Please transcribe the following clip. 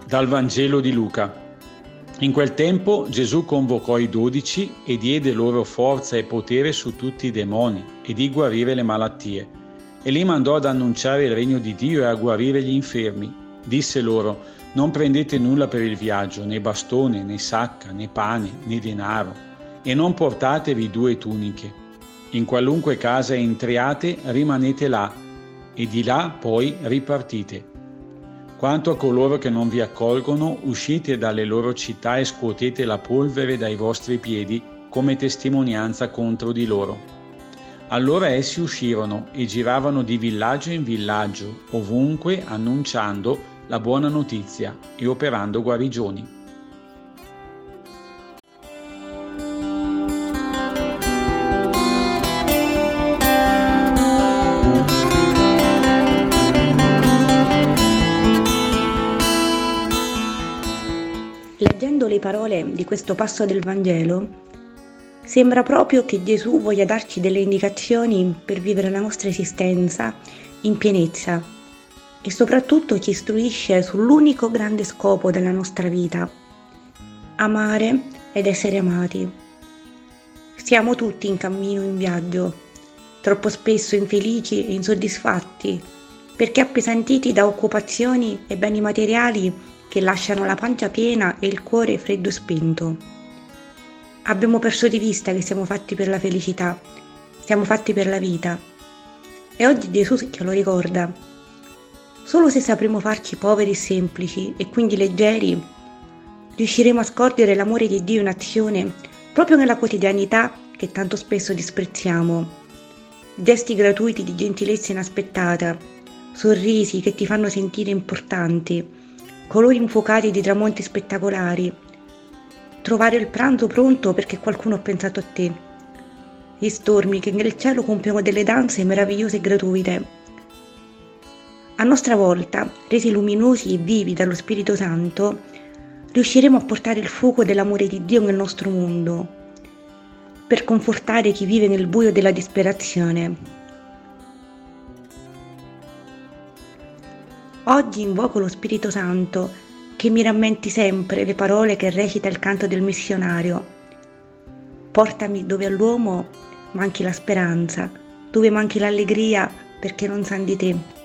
Dal Vangelo di Luca. In quel tempo Gesù convocò i 12 e diede loro forza e potere su tutti i demoni e di guarire le malattie. E li mandò ad annunciare il regno di Dio e a guarire gli infermi. Disse loro: non prendete nulla per il viaggio, né bastone, né sacca, né pane, né denaro, e non portatevi 2 tuniche. In qualunque casa entriate, rimanete là, e di là poi ripartite. Quanto a coloro che non vi accolgono, uscite dalle loro città e scuotete la polvere dai vostri piedi come testimonianza contro di loro. Allora essi uscirono e giravano di villaggio in villaggio, ovunque annunciando la buona notizia e operando guarigioni. Leggendo le parole di questo passo del Vangelo, sembra proprio che Gesù voglia darci delle indicazioni per vivere la nostra esistenza in pienezza e soprattutto ci istruisce sull'unico grande scopo della nostra vita: amare ed essere amati. Siamo tutti in cammino, in viaggio, troppo spesso infelici e insoddisfatti, perché appesantiti da occupazioni e beni materiali che lasciano la pancia piena e il cuore freddo e spento. Abbiamo perso di vista che siamo fatti per la felicità, siamo fatti per la vita. E oggi Gesù ce lo ricorda. Solo se sapremo farci poveri e semplici e quindi leggeri, riusciremo a scorgere l'amore di Dio in azione proprio nella quotidianità che tanto spesso disprezziamo. Gesti gratuiti di gentilezza inaspettata, sorrisi che ti fanno sentire importanti, colori infuocati di tramonti spettacolari, trovare il pranzo pronto perché qualcuno ha pensato a te, gli stormi che nel cielo compiono delle danze meravigliose e gratuite. A nostra volta, resi luminosi e vivi dallo Spirito Santo, riusciremo a portare il fuoco dell'amore di Dio nel nostro mondo, per confortare chi vive nel buio della disperazione. Oggi invoco lo Spirito Santo che mi rammenti sempre le parole che recita il canto del missionario. Portami dove all'uomo manchi la speranza, dove manchi l'allegria perché non san di te.